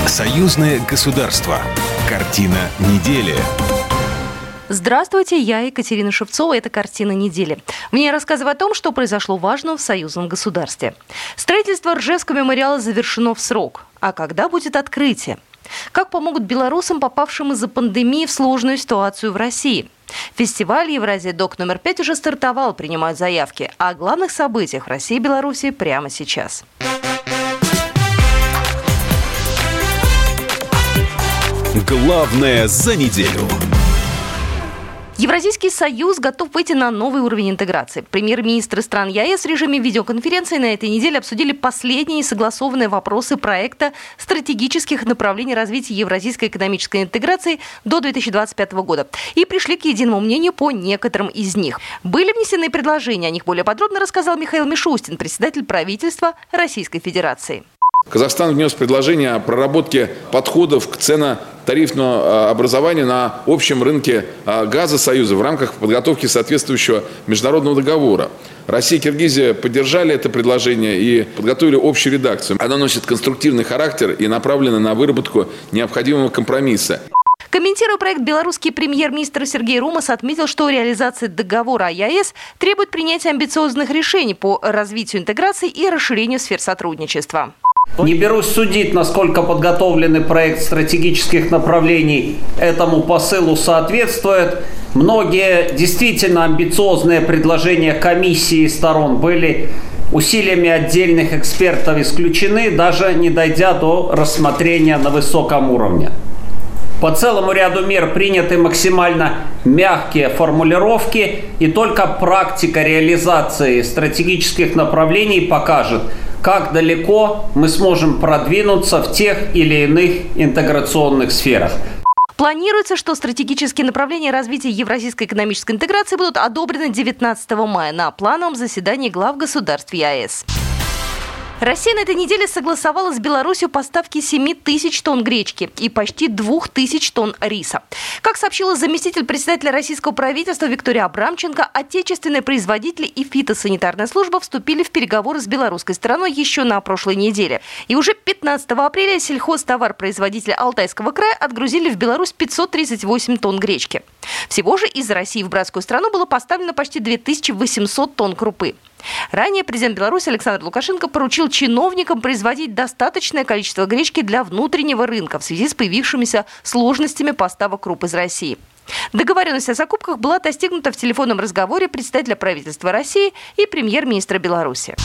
Союзное государство. Картина недели. Здравствуйте, я Екатерина Шевцова. Это «Картина недели». В ней я рассказываю о том, что произошло важного в союзном государстве. Строительство Ржевского мемориала завершено в срок. А когда будет открытие? Как помогут белорусам, попавшим из-за пандемии в сложную ситуацию в России? Фестиваль «Евразия ДОК номер 5» уже стартовал, принимают заявки. О главных событиях в России и Беларуси прямо сейчас. Главное за неделю. Евразийский союз готов выйти на новый уровень интеграции. Премьер-министры стран ЕАЭС в режиме видеоконференции на этой неделе обсудили последние согласованные вопросы проекта стратегических направлений развития евразийской экономической интеграции до 2025 года и пришли к единому мнению по некоторым из них. Были внесены предложения, о них более подробно рассказал Михаил Мишустин, председатель правительства Российской Федерации. Казахстан внес предложение о проработке подходов к ценно-тарифному образованию на общем рынке газа Союза в рамках подготовки соответствующего международного договора. Россия и Киргизия поддержали это предложение и подготовили общую редакцию. Она носит конструктивный характер и направлена на выработку необходимого компромисса. Комментируя проект, белорусский премьер-министр Сергей Румас отметил, что реализация договора о ЕАЭС требует принятия амбициозных решений по развитию интеграции и расширению сфер сотрудничества. Не берусь судить, насколько подготовленный проект стратегических направлений этому посылу соответствует. Многие действительно амбициозные предложения комиссии и сторон были усилиями отдельных экспертов исключены, даже не дойдя до рассмотрения на высоком уровне. По целому ряду мер приняты максимально мягкие формулировки, и только практика реализации стратегических направлений покажет, как далеко мы сможем продвинуться в тех или иных интеграционных сферах. Планируется, что стратегические направления развития евразийской экономической интеграции будут одобрены 19 мая на плановом заседании глав государств ЕАЭС. Россия на этой неделе согласовала с Беларусью поставки 7 тысяч тонн гречки и почти 2 тысяч тонн риса. Как сообщила заместитель председателя российского правительства Виктория Абрамченко, отечественные производители и фитосанитарная служба вступили в переговоры с белорусской стороной еще на прошлой неделе. И уже 15 апреля сельхозтоваропроизводители Алтайского края отгрузили в Беларусь 538 тонн гречки. Всего же из России в братскую страну было поставлено почти 2800 тонн крупы. Ранее президент Беларуси Александр Лукашенко поручил чиновникам производить достаточное количество гречки для внутреннего рынка в связи с появившимися сложностями поставок круп из России. Договоренность о закупках была достигнута в телефонном разговоре представителя правительства России и премьер-министра Беларуси.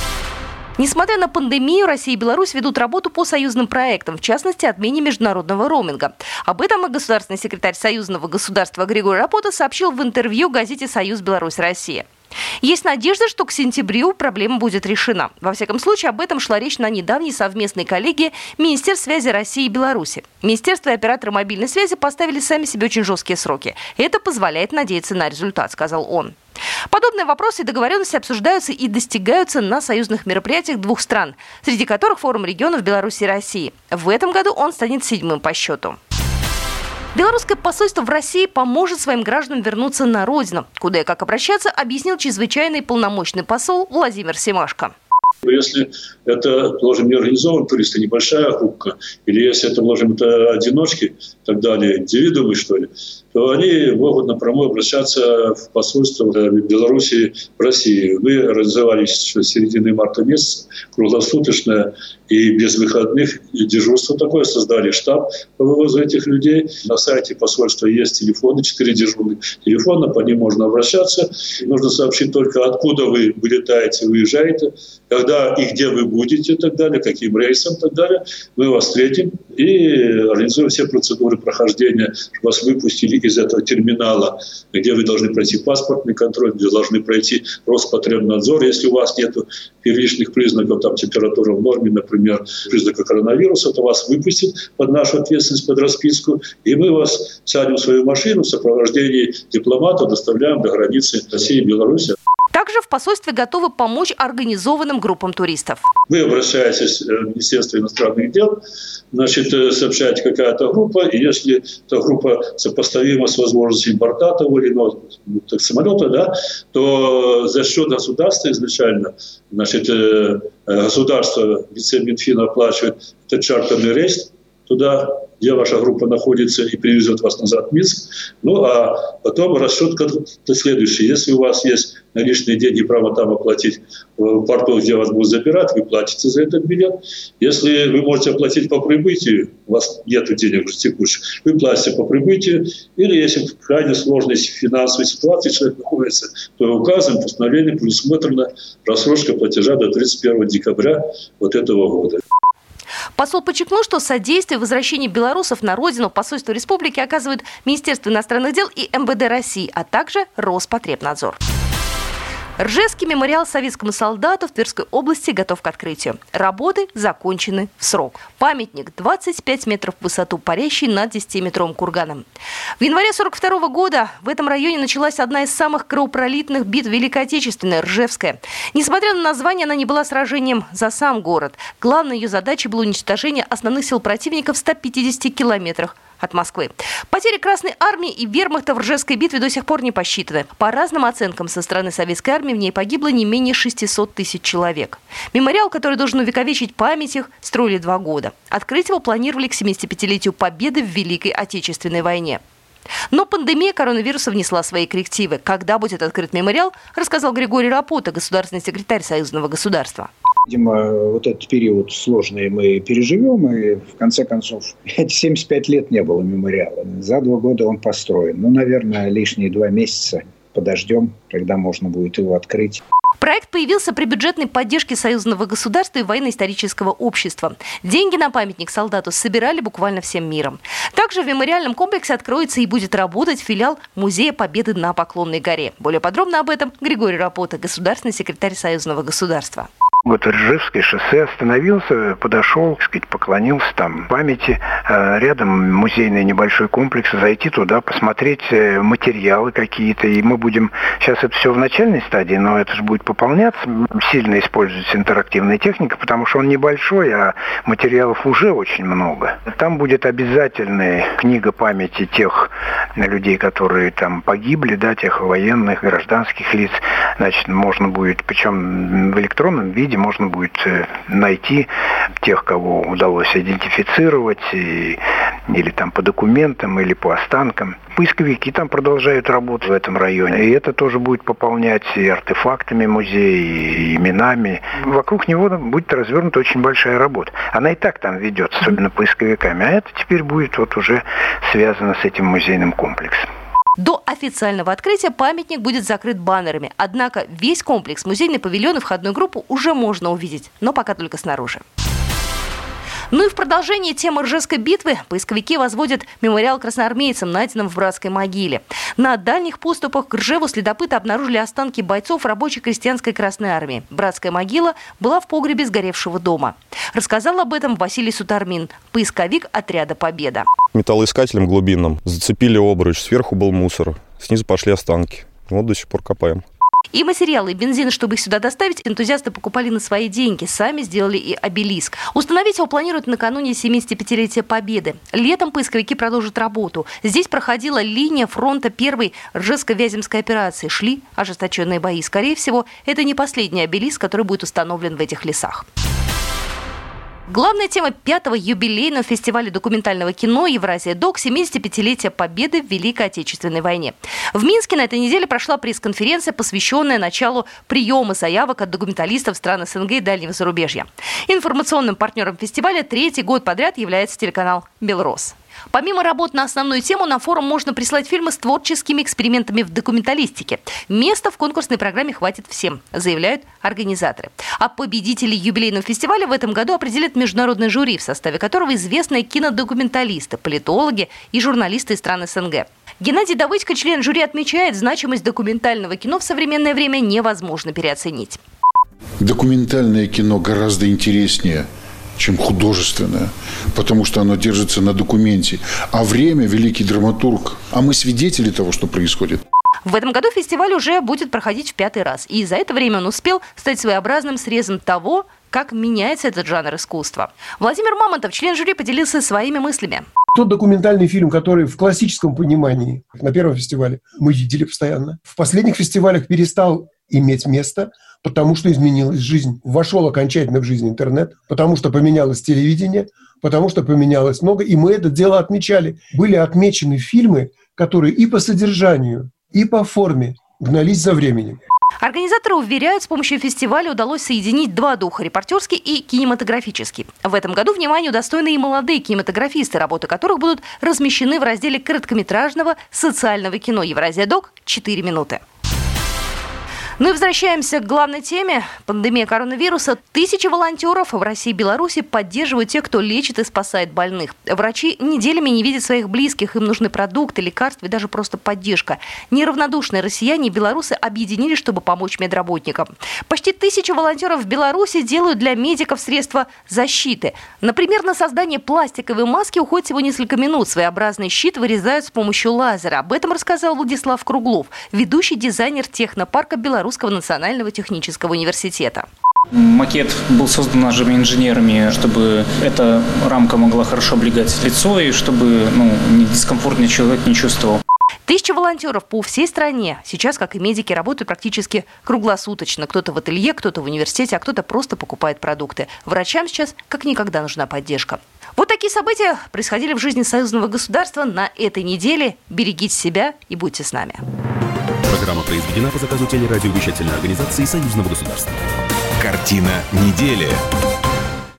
Несмотря на пандемию, Россия и Беларусь ведут работу по союзным проектам, в частности, отмене международного роуминга. Об этом и государственный секретарь союзного государства Григорий Рапота сообщил в интервью газете «Союз Беларусь-Россия». Есть надежда, что к сентябрю проблема будет решена. Во всяком случае, об этом шла речь на недавней совместной коллегии Министерств связи России и Беларуси. Министерство и операторы мобильной связи поставили сами себе очень жесткие сроки. Это позволяет надеяться на результат, сказал он. Подобные вопросы и договоренности обсуждаются и достигаются на союзных мероприятиях двух стран, среди которых форум регионов Беларуси и России. В этом году он станет 7-м по счету. Белорусское посольство в России поможет своим гражданам вернуться на родину, куда и как обращаться, объяснил чрезвычайный полномочный посол Владимир Семашко. Если это, положим, не организованные туристы, небольшая группа, или если это, положим, это одиночки и так далее, индивидуумы, что ли, то они могут напрямую обращаться в посольство Беларуси в России. Мы организовались с середины марта месяца, круглосуточное и без выходных и дежурство такое, создали штаб по вывозу этих людей. На сайте посольства есть телефоны, 4 дежурных телефона, по ним можно обращаться. Нужно сообщить только, откуда вы вылетаете, выезжаете, когда и где вы будете и так далее, каким рейсом и так далее. Мы вас встретим и организуем все процедуры прохождения, чтобы вас выпустили из этого терминала, где вы должны пройти паспортный контроль, где должны пройти Роспотребнадзор. Если у вас нет первичных признаков, там, температуры в норме, например, признака коронавируса, то вас выпустят под нашу ответственность, под расписку, и мы вас сядем в свою машину в сопровождении дипломата, доставляем до границы России и Беларуси. Также в посольстве готовы помочь организованным группам туристов. Вы обращаетесь в Министерство иностранных дел, сообщаете, какая-то группа, и если эта группа сопоставима с возможностью борта того или иного самолета, то за счет государства изначально, государство, лице Минфина оплачивает этот чартерный рейс, туда, где ваша группа находится, и привезет вас назад в Минск. Ну, а потом расчетка следующая. Если у вас есть наличные деньги, право там оплатить в порту, где вас будут забирать, вы платите за этот билет. Если вы можете оплатить по прибытию, у вас нет денег уже текущих, вы платите по прибытию. Или если в крайне сложной финансовой ситуации человек находится, то указом, постановлением предусмотрена рассрочка платежа до 31 декабря вот этого года. Посол подчеркнул, что содействие возвращению белорусов на родину посольства республики оказывают Министерство иностранных дел и МВД России, а также Роспотребнадзор. Ржевский мемориал советскому солдату в Тверской области готов к открытию. Работы закончены в срок. Памятник 25 метров в высоту, парящий над 10-метровым курганом. В январе 1942 года в этом районе началась одна из самых кровопролитных битв Великой Отечественной – Ржевская. Несмотря на название, она не была сражением за сам город. Главной ее задачей было уничтожение основных сил противника в 150 километрах от Москвы. Потери Красной армии и вермахта в Ржевской битве до сих пор не посчитаны. По разным оценкам, со стороны советской армии в ней погибло не менее 600 тысяч человек. Мемориал, который должен увековечить память их, строили 2 года. Открыть его планировали к 75-летию Победы в Великой Отечественной войне. Но пандемия коронавируса внесла свои коррективы. Когда будет открыт мемориал, рассказал Григорий Рапота, государственный секретарь Союзного государства. Видимо, вот этот период сложный мы переживем, и в конце концов 75 лет не было мемориала. За 2 года он построен. Ну, наверное, лишние 2 месяца подождем, когда можно будет его открыть. Проект появился при бюджетной поддержке Союзного государства и военно-исторического общества. Деньги на памятник солдату собирали буквально всем миром. Также в мемориальном комплексе откроется и будет работать филиал Музея Победы на Поклонной горе. Более подробно об этом Григорий Рапота, государственный секретарь Союзного государства. Вот Ржевское шоссе остановился, подошел, так сказать, поклонился там памяти. Рядом музейный небольшой комплекс. Зайти туда, посмотреть материалы какие-то. И мы будем... Сейчас это все в начальной стадии, но это же будет пополняться. Сильно используется интерактивная техника, потому что он небольшой, а материалов уже очень много. Там будет обязательная книга памяти тех людей, которые там погибли, да, тех военных, гражданских лиц. Значит, можно будет, причем в электронном виде, можно будет найти тех, кого удалось идентифицировать, или там по документам, или по останкам. Поисковики там продолжают работать в этом районе. И это тоже будет пополнять и артефактами музея, и именами. Вокруг него будет развернута очень большая работа. Она и так там ведется, особенно поисковиками. А это теперь будет вот уже связано с этим музейным комплексом. До официального открытия памятник будет закрыт баннерами. Однако весь комплекс, музейный павильон и входную группу уже можно увидеть, но пока только снаружи. Ну и в продолжение темы Ржевской битвы поисковики возводят мемориал красноармейцам, найденным в братской могиле. На дальних подступах к Ржеву следопыты обнаружили останки бойцов рабочей крестьянской Красной армии. Братская могила была в погребе сгоревшего дома. Рассказал об этом Василий Сутармин, поисковик отряда «Победа». Металлоискателем глубинным зацепили обруч, сверху был мусор, снизу пошли останки. Вот до сих пор копаем. И материалы, и бензин, чтобы их сюда доставить, энтузиасты покупали на свои деньги. Сами сделали и обелиск. Установить его планируют накануне 75-летия Победы. Летом поисковики продолжат работу. Здесь проходила линия фронта первой Ржевско-Вяземской операции. Шли ожесточенные бои. Скорее всего, это не последний обелиск, который будет установлен в этих лесах. Главная тема 5-го юбилейного фестиваля документального кино «Евразия-Док» 75-летия Победы в Великой Отечественной войне. В Минске на этой неделе прошла пресс-конференция, посвященная началу приема заявок от документалистов стран СНГ и дальнего зарубежья. Информационным партнером фестиваля 3-й год подряд является телеканал «Белрос». Помимо работ на основную тему, на форум можно прислать фильмы с творческими экспериментами в документалистике. Места в конкурсной программе хватит всем, заявляют организаторы. А победителей юбилейного фестиваля в этом году определит международное жюри, в составе которого известные кинодокументалисты, политологи и журналисты из стран СНГ. Геннадий Давыдько, член жюри, отмечает, значимость документального кино в современное время невозможно переоценить. Документальное кино гораздо интереснее, чем художественное, потому что оно держится на документе. А время – великий драматург. А мы свидетели того, что происходит. В этом году фестиваль уже будет проходить в 5-й раз. И за это время он успел стать своеобразным срезом того, как меняется этот жанр искусства. Владимир Мамонтов, член жюри, поделился своими мыслями. Тот документальный фильм, который в классическом понимании на первом фестивале мы видели постоянно, в последних фестивалях перестал иметь место, потому что изменилась жизнь. Вошел окончательно в жизнь интернет, потому что поменялось телевидение, потому что поменялось много, и мы это дело отмечали. Были отмечены фильмы, которые и по содержанию, и по форме гнались за временем. Организаторы уверяют, с помощью фестиваля удалось соединить два духа – репортерский и кинематографический. В этом году вниманию удостоены и молодые кинематографисты, работы которых будут размещены в разделе короткометражного социального кино «Евразия-Док» 4 минуты. Ну и возвращаемся к главной теме. Пандемия коронавируса. Тысячи волонтеров в России и Беларуси поддерживают тех, кто лечит и спасает больных. Врачи неделями не видят своих близких. Им нужны продукты, лекарства и даже просто поддержка. Неравнодушные россияне и белорусы объединились, чтобы помочь медработникам. Почти 1000 волонтеров в Беларуси делают для медиков средства защиты. Например, на создание пластиковой маски уходит всего несколько минут. Своеобразный щит вырезают с помощью лазера. Об этом рассказал Владислав Круглов, ведущий дизайнер технопарка Белорусского национального технического университета. Макет был создан нашими инженерами, чтобы эта рамка могла хорошо облегать лицо и чтобы дискомфортный человек не чувствовал. 1000 волонтеров по всей стране. Сейчас, как и медики, работают практически круглосуточно. Кто-то в ателье, кто-то в университете, а кто-то просто покупает продукты. Врачам сейчас как никогда нужна поддержка. Вот такие события происходили в жизни союзного государства на этой неделе. Берегите себя и будьте с нами. Программа произведена по заказу телерадиовещательной организации Союзного государства. Картина недели.